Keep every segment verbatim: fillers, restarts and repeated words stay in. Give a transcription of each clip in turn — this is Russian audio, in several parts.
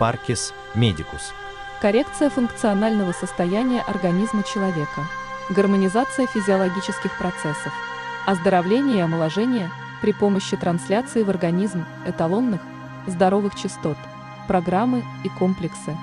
Parcis Medicus. Коррекция функционального состояния организма человека. Гармонизация физиологических процессов. Оздоровление и омоложение при помощи трансляции в организм эталонных, здоровых частот, программы и комплексы.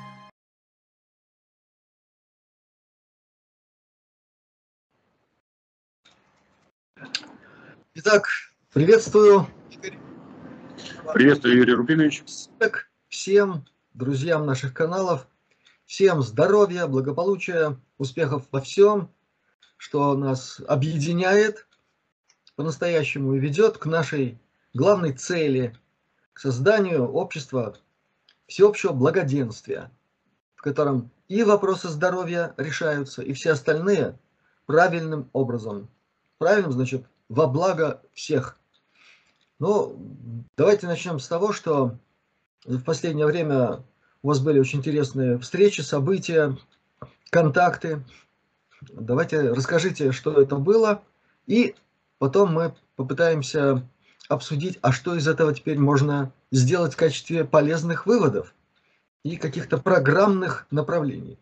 Итак, приветствую. Приветствую, Юрий Рубинович. Всем друзьям наших каналов, всем здоровья, благополучия, успехов во всем, что нас объединяет по-настоящему и ведет к нашей главной цели, к созданию общества всеобщего благоденствия, в котором и вопросы здоровья решаются, и все остальные правильным образом. Правильным, значит, во благо всех. Ну, давайте начнем с того, что в последнее время у вас были очень интересные встречи, события, контакты. Давайте расскажите, что это было, и потом мы попытаемся обсудить, а что из этого теперь можно сделать в качестве полезных выводов и каких-то программных направлений.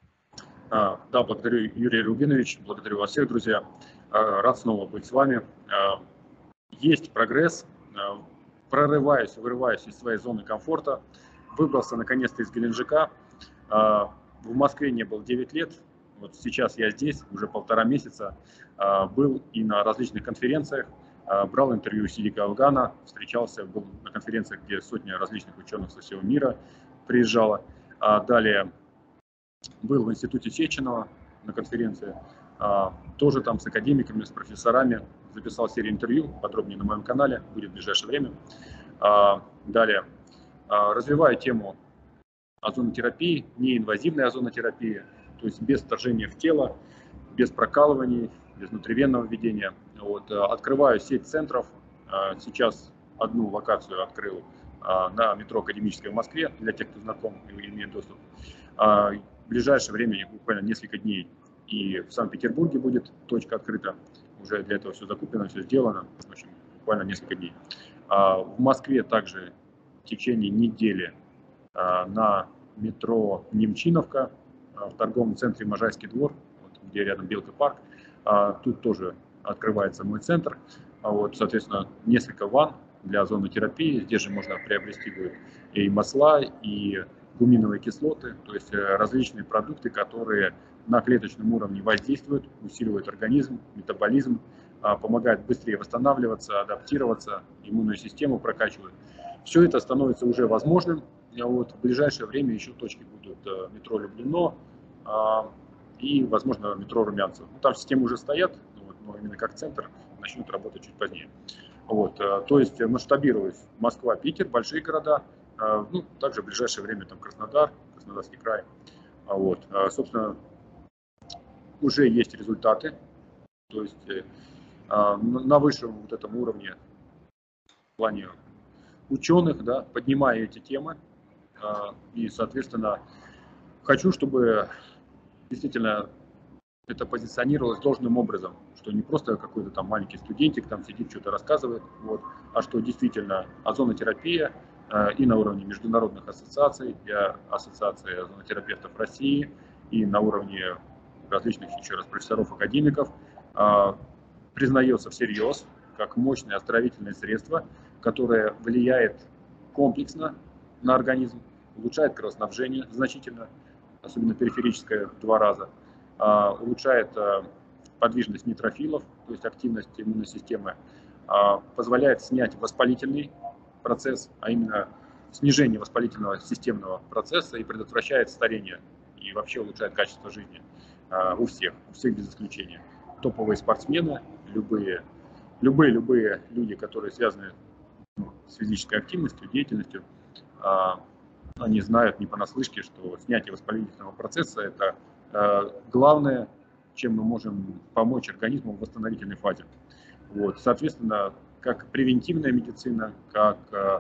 А, да, благодарю, Юрий Рубинович, благодарю вас всех, друзья. А, рад снова быть с вами. А, есть прогресс. А, прорываюсь, вырываюсь из своей зоны комфорта. Выбрался наконец-то из Геленджика. А, в Москве не был девять лет. Вот сейчас я здесь, уже полтора месяца. А, был и на различных конференциях. А, брал интервью у Сидика Афгана. Встречался, был на конференциях, где сотни различных ученых со всего мира приезжала. А, далее был в институте Сеченова на конференции. А, тоже там с академиками, с профессорами. Записал серию интервью, подробнее на моем канале, будет в ближайшее время. А, далее а, развиваю тему озонотерапии, неинвазивной озонотерапии, то есть без вторжения в тело, без прокалываний, без внутривенного введения. Вот, открываю сеть центров. А, сейчас одну локацию открыл а, на метро Академической в Москве, для тех, кто знаком и имеет доступ. А, в ближайшее время, буквально несколько дней, и в Санкт-Петербурге будет точка открыта. Уже для этого все закуплено, все сделано. В общем, буквально несколько дней. А в Москве также в течение недели а, на метро Немчиновка, а, в торговом центре Можайский двор, вот, где рядом Белка парк, а, тут тоже открывается мой центр. А вот, соответственно, несколько ванн для озонотерапии. Здесь же можно приобрести будет и масла, и гуминовые кислоты, то есть различные продукты, которые на клеточном уровне воздействуют, усиливают организм, метаболизм, помогают быстрее восстанавливаться, адаптироваться, иммунную систему прокачивают. Все это становится уже возможным. Вот в ближайшее время еще точки будут метро Люблино и, возможно, метро Румянцево. Там системы уже стоят, но именно как центр начнут работать чуть позднее. Вот, то есть масштабируясь Москва, Питер, большие города, ну, также в ближайшее время там Краснодар, Краснодарский край. Вот, собственно, уже есть результаты, то есть на высшем вот этом уровне в плане ученых, да, поднимаю эти темы и, соответственно, хочу, чтобы действительно это позиционировалось должным образом, что не просто какой-то там маленький студентик там сидит, что-то рассказывает, вот, а что действительно озонотерапия э, и на уровне международных ассоциаций, я ассоциации озонотерапевтов России, и на уровне различных еще раз профессоров, академиков э, признается всерьез как мощное оздоровительное средство, которое влияет комплексно на организм, улучшает кровоснабжение значительно, особенно периферическое в два раза. Улучшает подвижность нейтрофилов, то есть активность иммунной системы, позволяет снять воспалительный процесс, а именно снижение воспалительного системного процесса и предотвращает старение и вообще улучшает качество жизни у всех, у всех без исключения. Топовые спортсмены, любые, любые, любые люди, которые связаны с физической активностью, деятельностью, они знают не понаслышке, что снятие воспалительного процесса – это главное, чем мы можем помочь организму в восстановительной фазе. Вот, соответственно, как превентивная медицина, как а,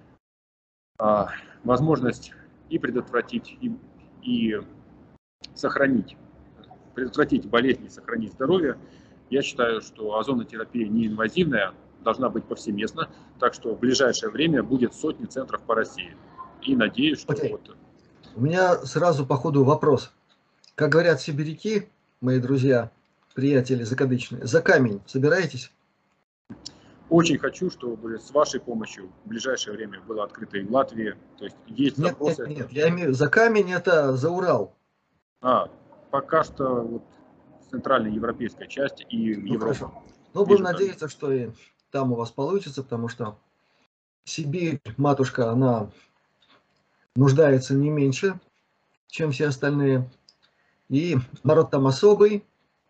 а, возможность и предотвратить, и, и сохранить, предотвратить болезни, сохранить здоровье, я считаю, что озонотерапия неинвазивная должна быть повсеместна, так что в ближайшее время будет сотни центров по России. И надеюсь, что Окей. вот... У меня сразу по ходу вопрос. Как говорят сибиряки, мои друзья, приятели закадычные, за камень собираетесь? Очень хочу, чтобы с вашей помощью в ближайшее время было открыто и в Латвии. То есть есть Нет, нет, запросы. нет, я имею за камень, это за Урал. А, пока что вот в центральной европейской части и в Ну Европу. хорошо. Ну, будем Вижу, как- надеяться, что и там у вас получится, потому что Сибирь, матушка, она нуждается не меньше, чем все остальные. И народ там особый,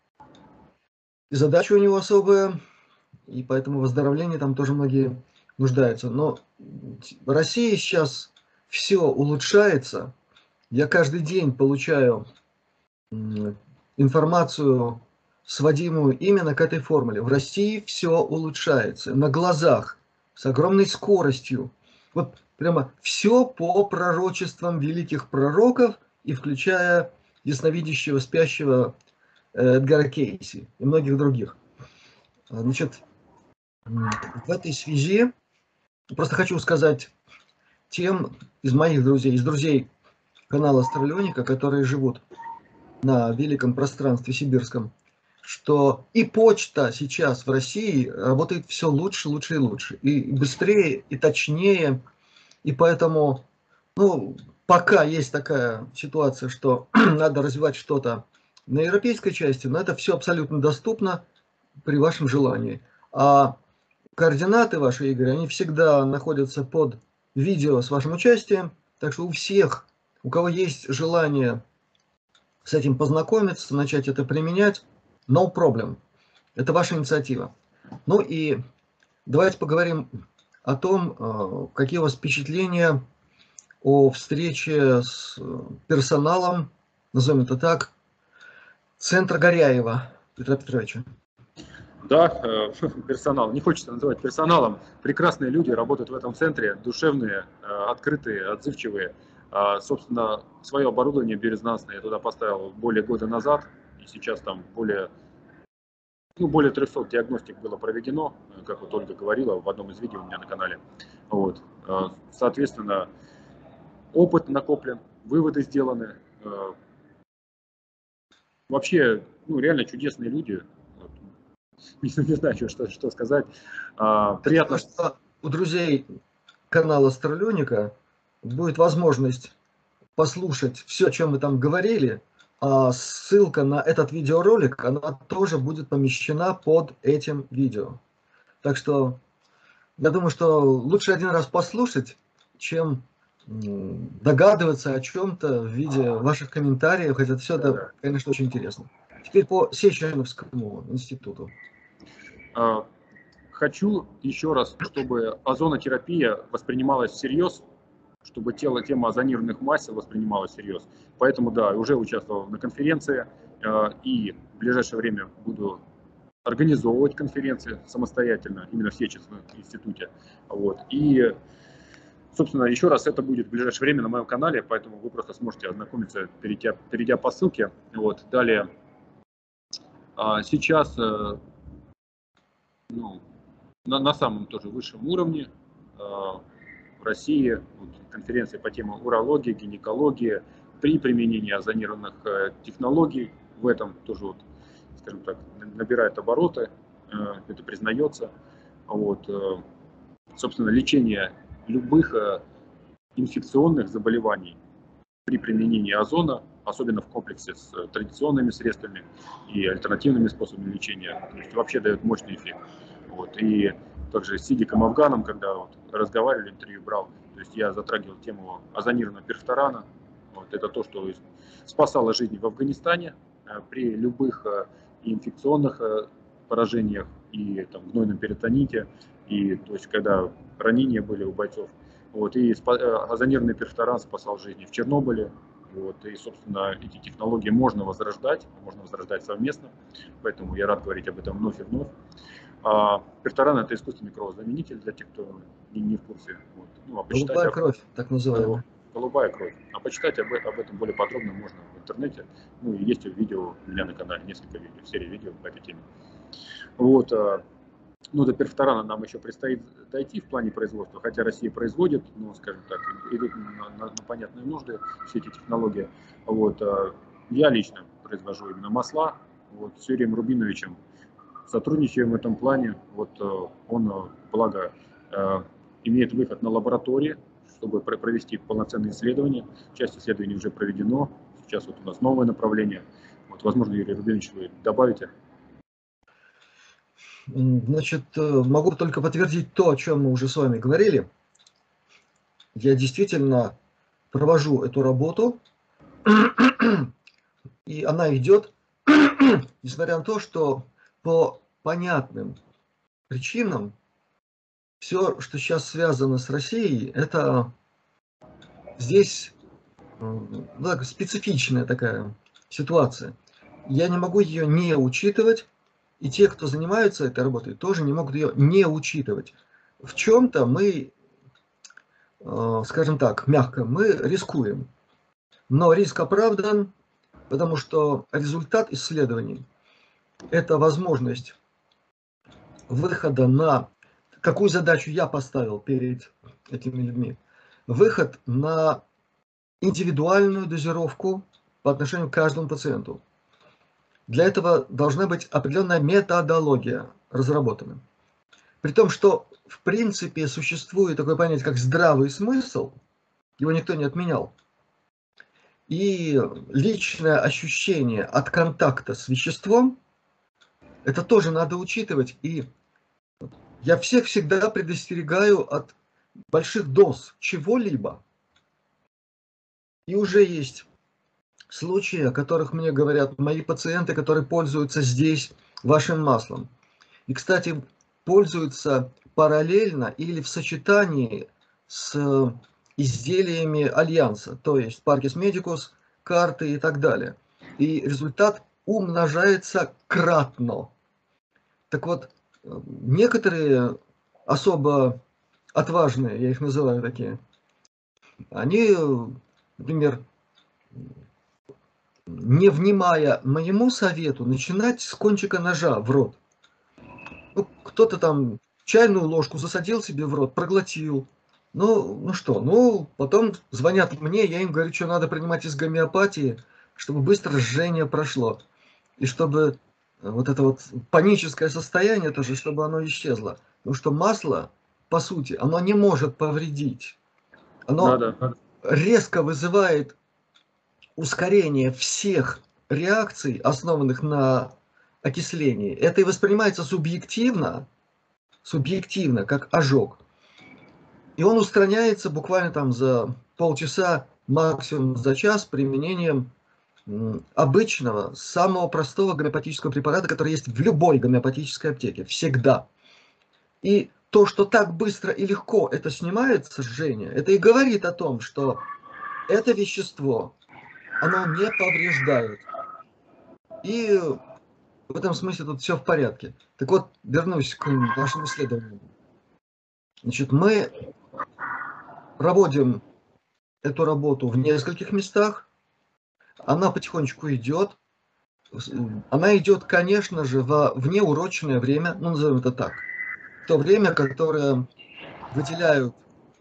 и задача у него особая, и поэтому выздоровление там тоже многие нуждаются. Но в России сейчас все улучшается. Я каждый день получаю м, информацию, сводимую именно к этой формуле. В России все улучшается на глазах, с огромной скоростью. Вот прямо все по пророчествам великих пророков, и включая ясновидящего спящего э, Эдгара Кейси и многих других. Значит, в этой связи просто хочу сказать тем из моих друзей, из друзей канала Астралионика, которые живут на великом пространстве сибирском, что и почта сейчас в России работает все лучше, лучше и лучше, и быстрее, и точнее, и поэтому, ну, пока есть такая ситуация, что надо развивать что-то на европейской части, но это все абсолютно доступно при вашем желании. А координаты ваши, Игорь, они всегда находятся под видео с вашим участием, так что у всех, у кого есть желание с этим познакомиться, начать это применять, no problem. Это ваша инициатива. Ну и давайте поговорим о том, какие у вас впечатления о встрече с персоналом, назовем это так, центра Горяева Петра Петровича. Да, персонал, не хочется называть персоналом, прекрасные люди работают в этом центре, душевные, открытые, отзывчивые. Собственно, свое оборудование биорезонансное я туда поставил более года назад, и сейчас там более, ну, более трёхсот диагностик было проведено, как вот Ольга говорила в одном из видео у меня на канале. Вот. Соответственно, опыт накоплен, выводы сделаны. Вообще, ну, реально чудесные люди. Не, не знаю, что, что сказать. А, приятно, что у друзей канала Астралионика будет возможность послушать все, о чем мы там говорили, а ссылка на этот видеоролик, она тоже будет помещена под этим видео. Так что я думаю, что лучше один раз послушать, чем догадываться о чем-то в виде ваших комментариев, хотя все это, конечно, очень интересно. Теперь по Сеченовскому институту. Хочу еще раз, чтобы озонотерапия воспринималась всерьез, чтобы тело, тема озонированных масел воспринималась всерьез. Поэтому, да, уже участвовал на конференции и в ближайшее время буду организовывать конференции самостоятельно, именно в Сеченовском институте. Вот. И, собственно, еще раз это будет в ближайшее время на моем канале, поэтому вы просто сможете ознакомиться, перейдя, перейдя по ссылке. Вот. Далее, сейчас, ну, на, на самом тоже высшем уровне в России вот, конференция по теме урологии, гинекологии при применении озонированных технологий. В этом тоже, вот, скажем так, набирает обороты, это признается. Вот, собственно, лечение любых инфекционных заболеваний при применении озона, особенно в комплексе с традиционными средствами и альтернативными способами лечения, то есть вообще дает мощный эффект. Вот. И также с Сидиком Афганом, когда вот разговаривали, интервью брал, то есть я затрагивал тему озонированного перфторана. Вот. Это то, что спасало жизни в Афганистане при любых инфекционных поражениях и там, гнойном перитоните, и то есть когда ранения были у бойцов. Вот. И озонированный перфторан спасал жизни в Чернобыле. Вот, и, собственно, эти технологии можно возрождать, можно возрождать совместно, поэтому я рад говорить об этом вновь и вновь. А, перфторан – это искусственный кровозаменитель для тех, кто не, не в курсе. Вот. Ну, а Голубая об... кровь, так называемая. Голубая кровь. А почитать об, об этом более подробно можно в интернете. Ну и есть видео у меня на канале, несколько видео, серия видео по этой теме. Вот, а, Ну, до перфторана нам еще предстоит дойти в плане производства, хотя Россия производит, ну, скажем так, идут на, на, на понятные нужды все эти технологии. Вот, я лично произвожу именно масла, вот, с Юрием Рубиновичем сотрудничаем в этом плане. Вот он, благо, имеет выход на лаборатории, чтобы провести полноценные исследования. Часть исследований уже проведено, сейчас вот у нас новое направление. Вот, возможно, Юрий Рубинович, вы добавите? Значит, могу только подтвердить то, о чем мы уже с вами говорили. Я действительно провожу эту работу, и она идет, несмотря на то, что по понятным причинам все, что сейчас связано с Россией, это здесь ну, специфичная такая ситуация. Я не могу ее не учитывать, и те, кто занимаются этой работой, тоже не могут ее не учитывать. В чем-то мы, скажем так, мягко, мы рискуем. Но риск оправдан, потому что результат исследований – это возможность выхода на… Какую задачу я поставил перед этими людьми? Выход на индивидуальную дозировку по отношению к каждому пациенту. Для этого должна быть определенная методология разработана. При том, что в принципе существует такое понятие, как здравый смысл, его никто не отменял. И личное ощущение от контакта с веществом, это тоже надо учитывать. И я всех всегда предостерегаю от больших доз чего-либо. И уже есть случаи, о которых мне говорят мои пациенты, которые пользуются здесь вашим маслом. И, кстати, пользуются параллельно или в сочетании с изделиями Альянса, то есть Parcus Medicus, карты и так далее. И результат умножается кратно. Так вот, некоторые особо отважные, я их называю такие, они, например, не внимая моему совету, начинать с кончика ножа в рот. Ну, кто-то там чайную ложку засадил себе в рот, проглотил. Ну, ну что, ну, потом звонят мне, я им говорю, что надо принимать из гомеопатии, чтобы быстро жжение прошло. И чтобы вот это вот паническое состояние тоже, чтобы оно исчезло. Потому что масло, по сути, оно не может повредить. Оно да, да. резко вызывает ускорение всех реакций, основанных на окислении. Это и воспринимается субъективно, субъективно, как ожог. И он устраняется буквально там за полчаса, максимум за час, применением обычного, самого простого гомеопатического препарата, который есть в любой гомеопатической аптеке, всегда. И то, что так быстро и легко это снимается, жжение, это и говорит о том, что это вещество, оно не повреждает. И в этом смысле тут все в порядке. Так вот, вернусь к нашему исследованию. Значит, мы проводим эту работу в нескольких местах. Она потихонечку идет. Она идет, конечно же, во внеурочное время, ну, назовем это так. То время, которое выделяют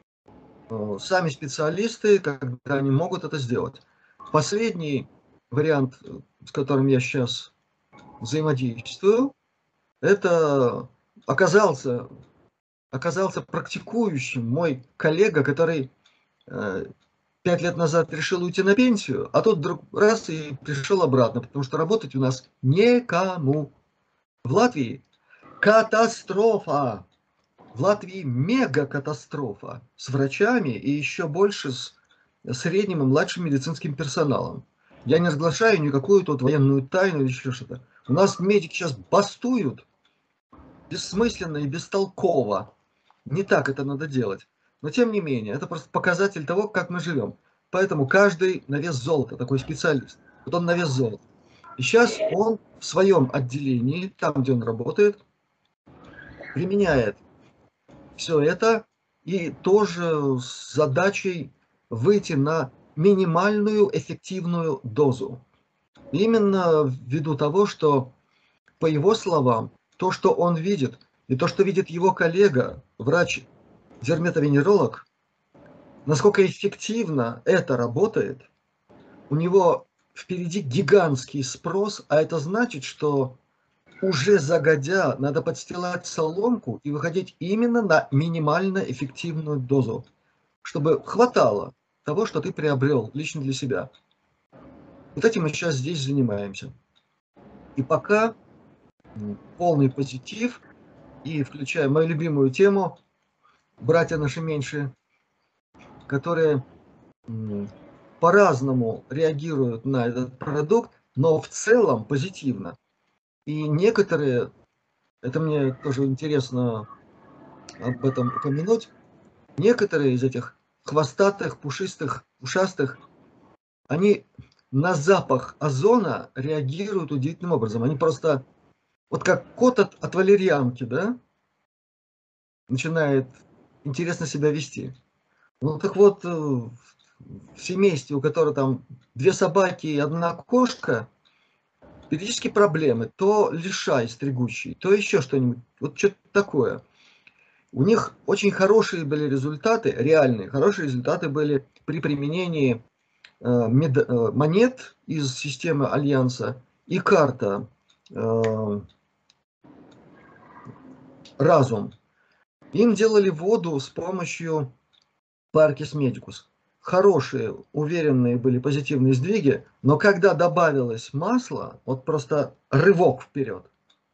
сами специалисты, когда они могут это сделать. Последний вариант, с которым я сейчас взаимодействую, это оказался, оказался практикующим мой коллега, который э, пять лет назад решил уйти на пенсию, а тут вдруг раз и пришел обратно, потому что работать у нас некому. В Латвии катастрофа. В Латвии мега-катастрофа с врачами и еще больше с средним и младшим медицинским персоналом. Я не разглашаю никакую тут военную тайну или еще что-то. У нас медики сейчас бастуют бессмысленно и бестолково. Не так это надо делать. Но тем не менее, это просто показатель того, как мы живем. Поэтому каждый на вес золота, такой специалист. Вот он на вес золота. И сейчас он в своем отделении, там, где он работает, применяет все это и тоже с задачей выйти на минимальную эффективную дозу. Именно ввиду того, что, по его словам, то, что он видит, и то, что видит его коллега, врач-дерматовенеролог, насколько эффективно это работает, у него впереди гигантский спрос, а это значит, что уже загодя надо подстилать соломку и выходить именно на минимально эффективную дозу, чтобы хватало того, что ты приобрел лично для себя. Вот этим мы сейчас здесь занимаемся. И пока полный позитив, и включая мою любимую тему, братья наши меньшие, которые по-разному реагируют на этот продукт, но в целом позитивно. И некоторые, это мне тоже интересно об этом упомянуть, некоторые из этих хвостатых, пушистых, ушастых, они на запах озона реагируют удивительным образом. Они просто, вот как кот от, от валерьянки, да, начинает интересно себя вести. Ну так вот, в семействе, у которого там две собаки и одна кошка, периодически проблемы. То лишай стригущий, то еще что-нибудь. Вот что-то такое. У них очень хорошие были результаты, реальные, хорошие результаты были при применении э, мед, э, монет из системы Альянса и карта э, Разум. Им делали воду с помощью Parkis Medicus. Хорошие, уверенные были позитивные сдвиги, но когда добавилось масло, вот просто рывок вперед.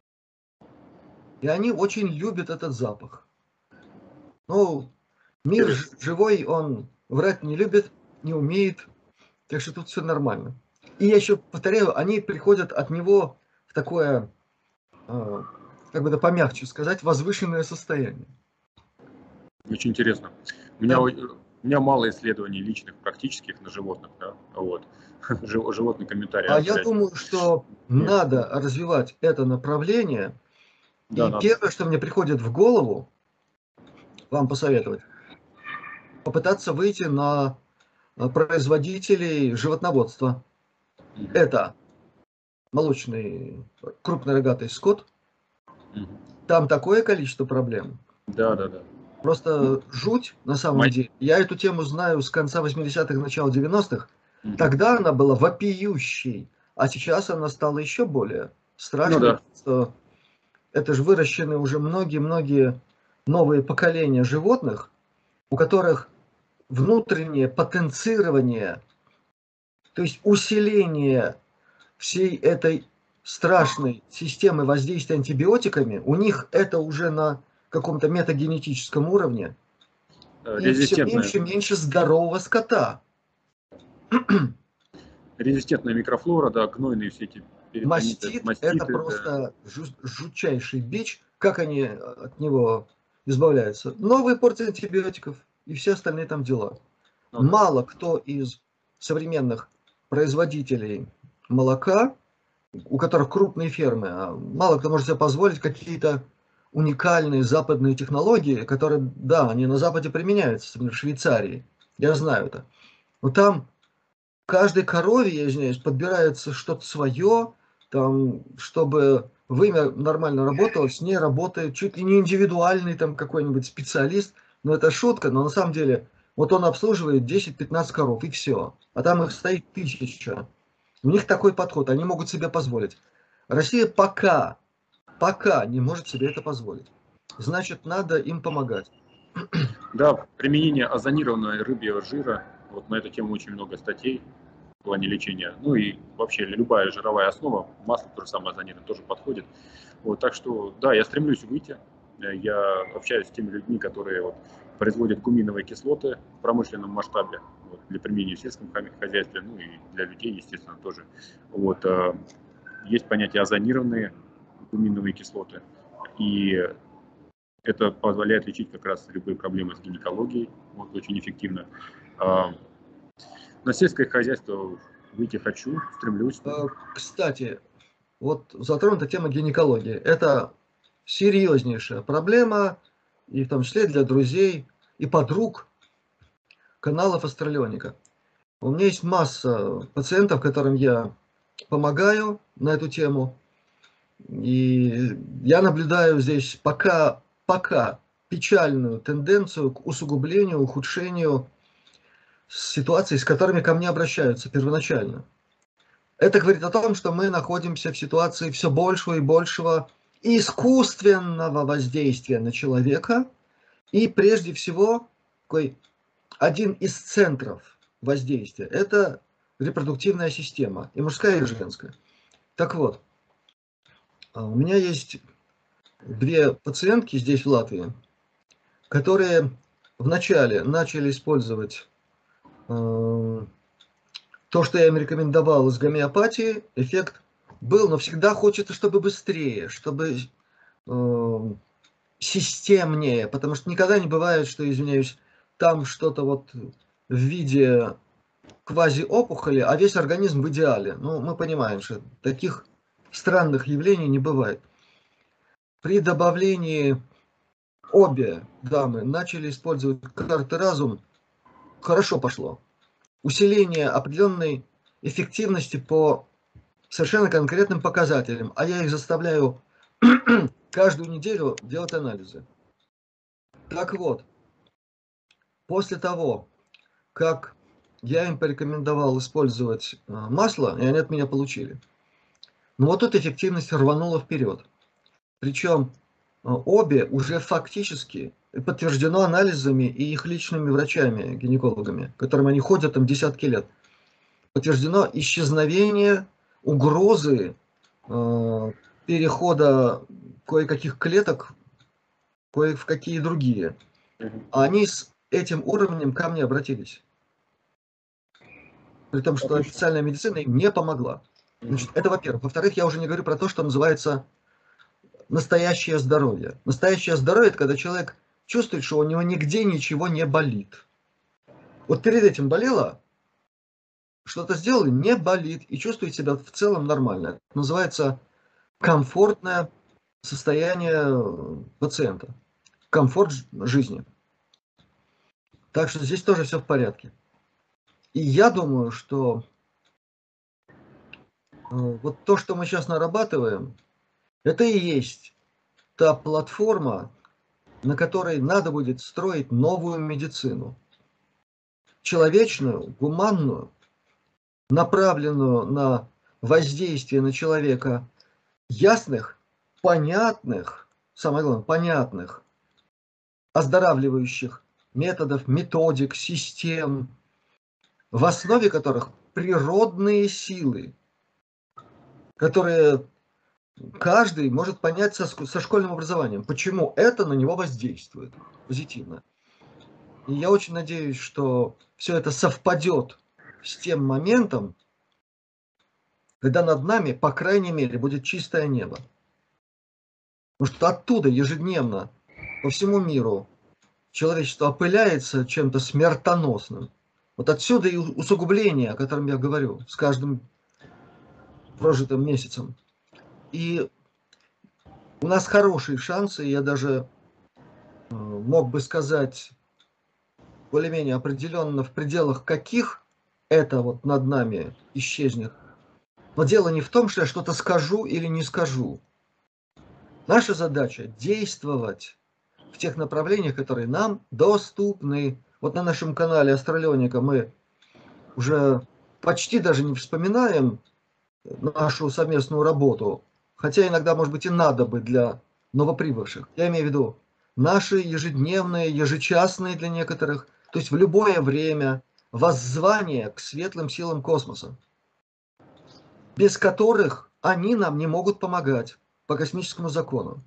И они очень любят этот запах. Ну, мир живой, он врать не любит, не умеет, так что тут все нормально. И я еще повторяю, они приходят от него в такое, как бы это помягче сказать, возвышенное состояние. Очень интересно. У меня, Да. у меня мало исследований личных, практических на животных, да, вот. Животный комментарий. А я думаю, что Нет. надо развивать это направление. Да, и надо. Первое, что мне приходит в голову, вам посоветовать, попытаться выйти на производителей животноводства. Mm-hmm. Это молочный крупнорогатый скот. Mm-hmm. Там такое количество проблем. Да, да, да. Просто жуть на самом Май... деле. Я эту тему знаю с конца восьмидесятых, начала девяностых. Mm-hmm. Тогда она была вопиющей, а сейчас она стала еще более страшной. Ну, да. Что это же выращены уже многие-многие новые поколения животных, у которых внутреннее потенцирование, то есть усиление всей этой страшной системы воздействия антибиотиками, у них это уже на каком-то метагенетическом уровне. И все меньше и меньше здорового скота. Резистентная микрофлора, да, гнойные все эти мастит, маститы, это просто да. жутчайший бич. Как они от него избавляются? Новые порции антибиотиков и все остальные там дела. Ну, Мало да. кто из современных производителей молока, у которых крупные фермы, а мало кто может себе позволить какие-то уникальные западные технологии, которые, да, они на Западе применяются, особенно в Швейцарии. Я знаю это. Но там каждой корове, я извиняюсь, подбирается что-то свое, там, чтобы вымя нормально работало, с ней работает чуть ли не индивидуальный там какой-нибудь специалист. Но это шутка, но на самом деле вот он обслуживает десять-пятнадцать коров и все. А там их стоит тысяча. У них такой подход, они могут себе позволить. Россия пока, пока не может себе это позволить. Значит, надо им помогать. Да, применение озонированного рыбьего жира. Вот на эту тему очень много статей в плане лечения. Ну и вообще любая жировая основа, масло то же самое озонировано, тоже подходит. Вот, так что, да, я стремлюсь выйти. Я общаюсь с теми людьми, которые вот, производят гуминовые кислоты в промышленном масштабе вот, для применения в сельском хозяйстве, ну и для людей, естественно, тоже. Вот, э, есть понятие озонированные гуминовые кислоты, и это позволяет лечить как раз любые проблемы с гинекологией, вот, очень эффективно. Э, на сельское хозяйство выйти хочу, стремлюсь. Кстати, вот затронута тема гинекологии. Это серьезнейшая проблема, и в том числе для друзей и подруг каналов Астралионика. У меня есть масса пациентов, которым я помогаю на эту тему. И я наблюдаю здесь пока, пока печальную тенденцию к усугублению, ухудшению ситуаций, с которыми ко мне обращаются первоначально. Это говорит о том, что мы находимся в ситуации все большего и большего искусственного воздействия на человека. И прежде всего, такой один из центров воздействия – это репродуктивная система, и мужская, и женская. Так вот, у меня есть две пациентки здесь, в Латвии, которые вначале начали использовать э, то, что я им рекомендовал из гомеопатии. Эффект был, но всегда хочется, чтобы быстрее, чтобы э, системнее, потому что никогда не бывает, что, извиняюсь, там что-то вот в виде квазиопухоли, а весь организм в идеале. Ну, мы понимаем, что таких странных явлений не бывает. При добавлении обе дамы начали использовать карты разум, хорошо пошло. Усиление определенной эффективности по совершенно конкретным показателям, а я их заставляю каждую неделю делать анализы. Так вот, после того, как я им порекомендовал использовать масло, и они от меня получили, но вот тут эффективность рванула вперед. Причем обе уже фактически подтверждено анализами и их личными врачами, гинекологами, к которым они ходят там десятки лет. Подтверждено исчезновение угрозы э, перехода кое-каких клеток кое в какие другие. А они с этим уровнем ко мне обратились. При том, что официальная медицина им не помогла. Значит, это во-первых. Во-вторых, я уже не говорю про то, что называется настоящее здоровье. Настоящее здоровье – это когда человек чувствует, что у него нигде ничего не болит. Вот перед этим болело, что-то сделали, не болит и чувствует себя в целом нормально. Это называется комфортное состояние пациента, комфорт жизни. Так что здесь тоже все в порядке. И я думаю, что вот то, что мы сейчас нарабатываем, это и есть та платформа, на которой надо будет строить новую медицину. Человечную, гуманную, направленную на воздействие на человека ясных, понятных, самое главное, понятных, оздоравливающих методов, методик, систем, в основе которых природные силы, которые каждый может понять со, со школьным образованием, почему это на него воздействует позитивно. И я очень надеюсь, что все это совпадет с тем моментом, когда над нами, по крайней мере, будет чистое небо. Потому что оттуда ежедневно по всему миру человечество опыляется чем-то смертоносным. Вот отсюда и усугубление, о котором я говорю, с каждым прожитым месяцем. И у нас хорошие шансы, я даже мог бы сказать более-менее определенно, в пределах каких это вот над нами исчезнет. Но дело не в том, что я что-то скажу или не скажу. Наша задача действовать в тех направлениях, которые нам доступны. Вот на нашем канале Астралионика мы уже почти даже не вспоминаем нашу совместную работу, хотя иногда, может быть, и надо бы для новоприбывших. Я имею в виду наши ежедневные, ежечасные для некоторых, то есть в любое время воззвание к светлым силам космоса, без которых они нам не могут помогать по космическому закону.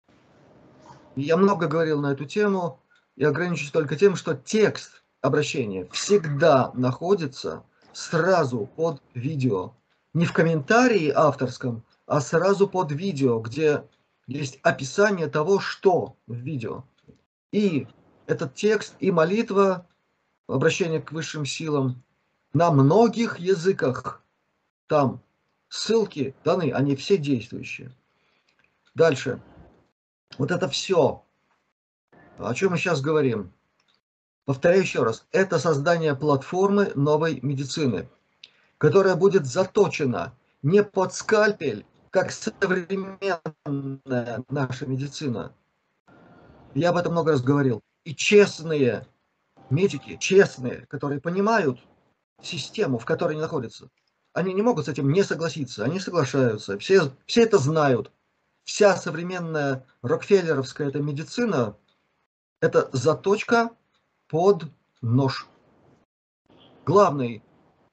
И я много говорил на эту тему и ограничусь только тем, что текст обращения всегда находится сразу под видео. Не в комментарии авторском, а сразу под видео, где есть описание того, что в видео. И этот текст и молитва, обращение к высшим силам на многих языках. Там ссылки даны, они все действующие. Дальше. Вот это все, о чем мы сейчас говорим. Повторяю еще раз. Это создание платформы новой медицины, которая будет заточена не под скальпель как современная наша медицина. Я об этом много раз говорил. И честные медики, честные, которые понимают систему, в которой они находятся, они не могут с этим не согласиться. Они соглашаются. Все, все это знают. Вся современная рокфеллеровская эта медицина – это заточка под нож. Главный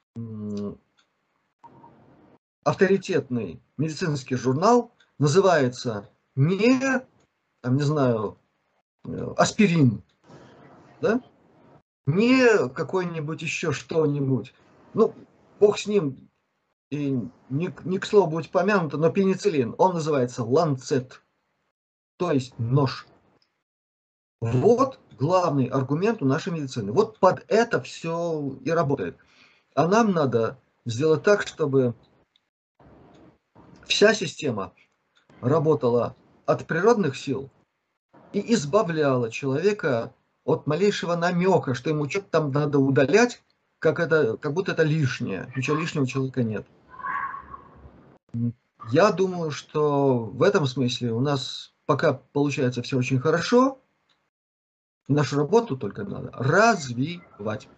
авторитетный медицинский журнал называется не, там, не знаю, аспирин, да? Не какой-нибудь еще что-нибудь. Ну, бог с ним, и не, не к слову будет помянуто, но пенициллин, он называется ланцет, то есть нож. Вот главный аргумент у нашей медицины. Вот под это все и работает. А нам надо сделать так, чтобы вся система работала от природных сил и избавляла человека от малейшего намека, что ему что-то там надо удалять, как, это, как будто это лишнее. Ничего лишнего у человека нет. Я думаю, что в этом смысле у нас пока получается все очень хорошо. Нашу работу только надо развивать.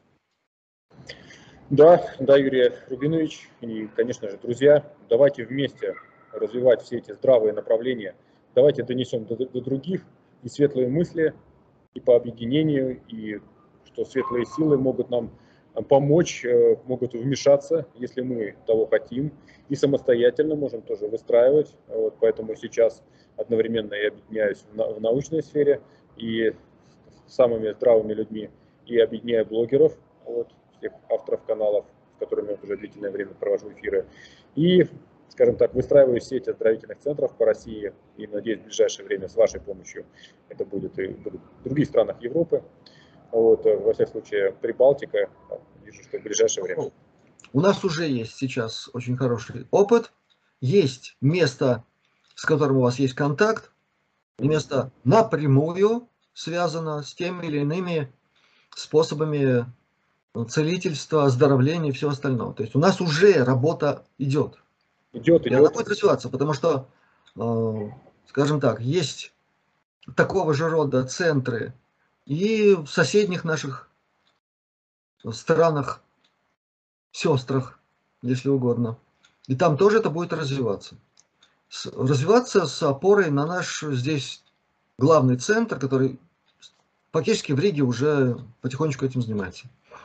Да, да, Юрий Рубинович и, конечно же, друзья, давайте вместе развивать все эти здравые направления. Давайте донесем до, до других и светлые мысли, и по объединению, и что светлые силы могут нам помочь, могут вмешаться, если мы того хотим, и самостоятельно можем тоже выстраивать. Вот, поэтому сейчас одновременно я объединяюсь в, на, в научной сфере и с самыми здравыми людьми, и объединяю блогеров, вот, всех авторов каналов, с которыми я уже длительное время провожу эфиры, и, скажем так, выстраиваю сеть оздоровительных центров по России, и, надеюсь, в ближайшее время с вашей помощью это будет и в других странах Европы. Вот, во всяком случае, Прибалтика, вижу, что в ближайшее время. У нас уже есть сейчас очень хороший опыт, есть место, с которым у вас есть контакт, и место напрямую связано с теми или иными способами целительства, оздоровления и всего остального. То есть у нас уже работа идет. Идет, идет. И она будет развиваться, потому что, скажем так, есть такого же рода центры и в соседних наших странах, сестрах, если угодно. И там тоже это будет развиваться. Развиваться с опорой на наш здесь главный центр, который фактически в Риге уже потихонечку этим занимается.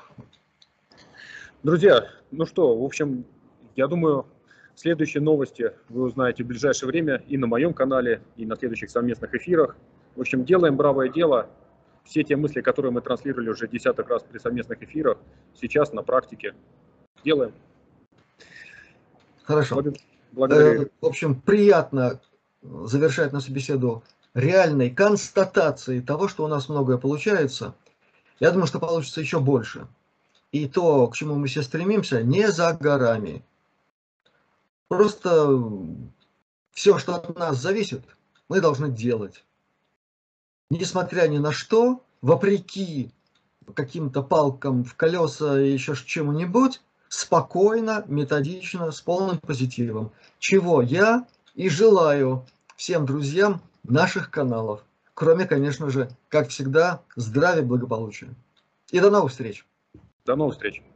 Друзья, ну что, в общем, я думаю, следующие новости вы узнаете в ближайшее время и на моем канале, и на следующих совместных эфирах. В общем, делаем бравое дело. Все те мысли, которые мы транслировали уже десяток раз при совместных эфирах, сейчас на практике делаем. Хорошо. Благодарю. В общем, приятно завершать нашу беседу реальной констатацией того, что у нас многое получается. Я думаю, что получится еще больше. И то, к чему мы все стремимся, не за горами. Просто все, что от нас зависит, мы должны делать. Несмотря ни на что, вопреки каким-то палкам в колеса и еще чему-нибудь, спокойно, методично, с полным позитивом. Чего я и желаю всем друзьям наших каналов. Кроме, конечно же, как всегда, здравия, благополучия. И до новых встреч. До новых встреч.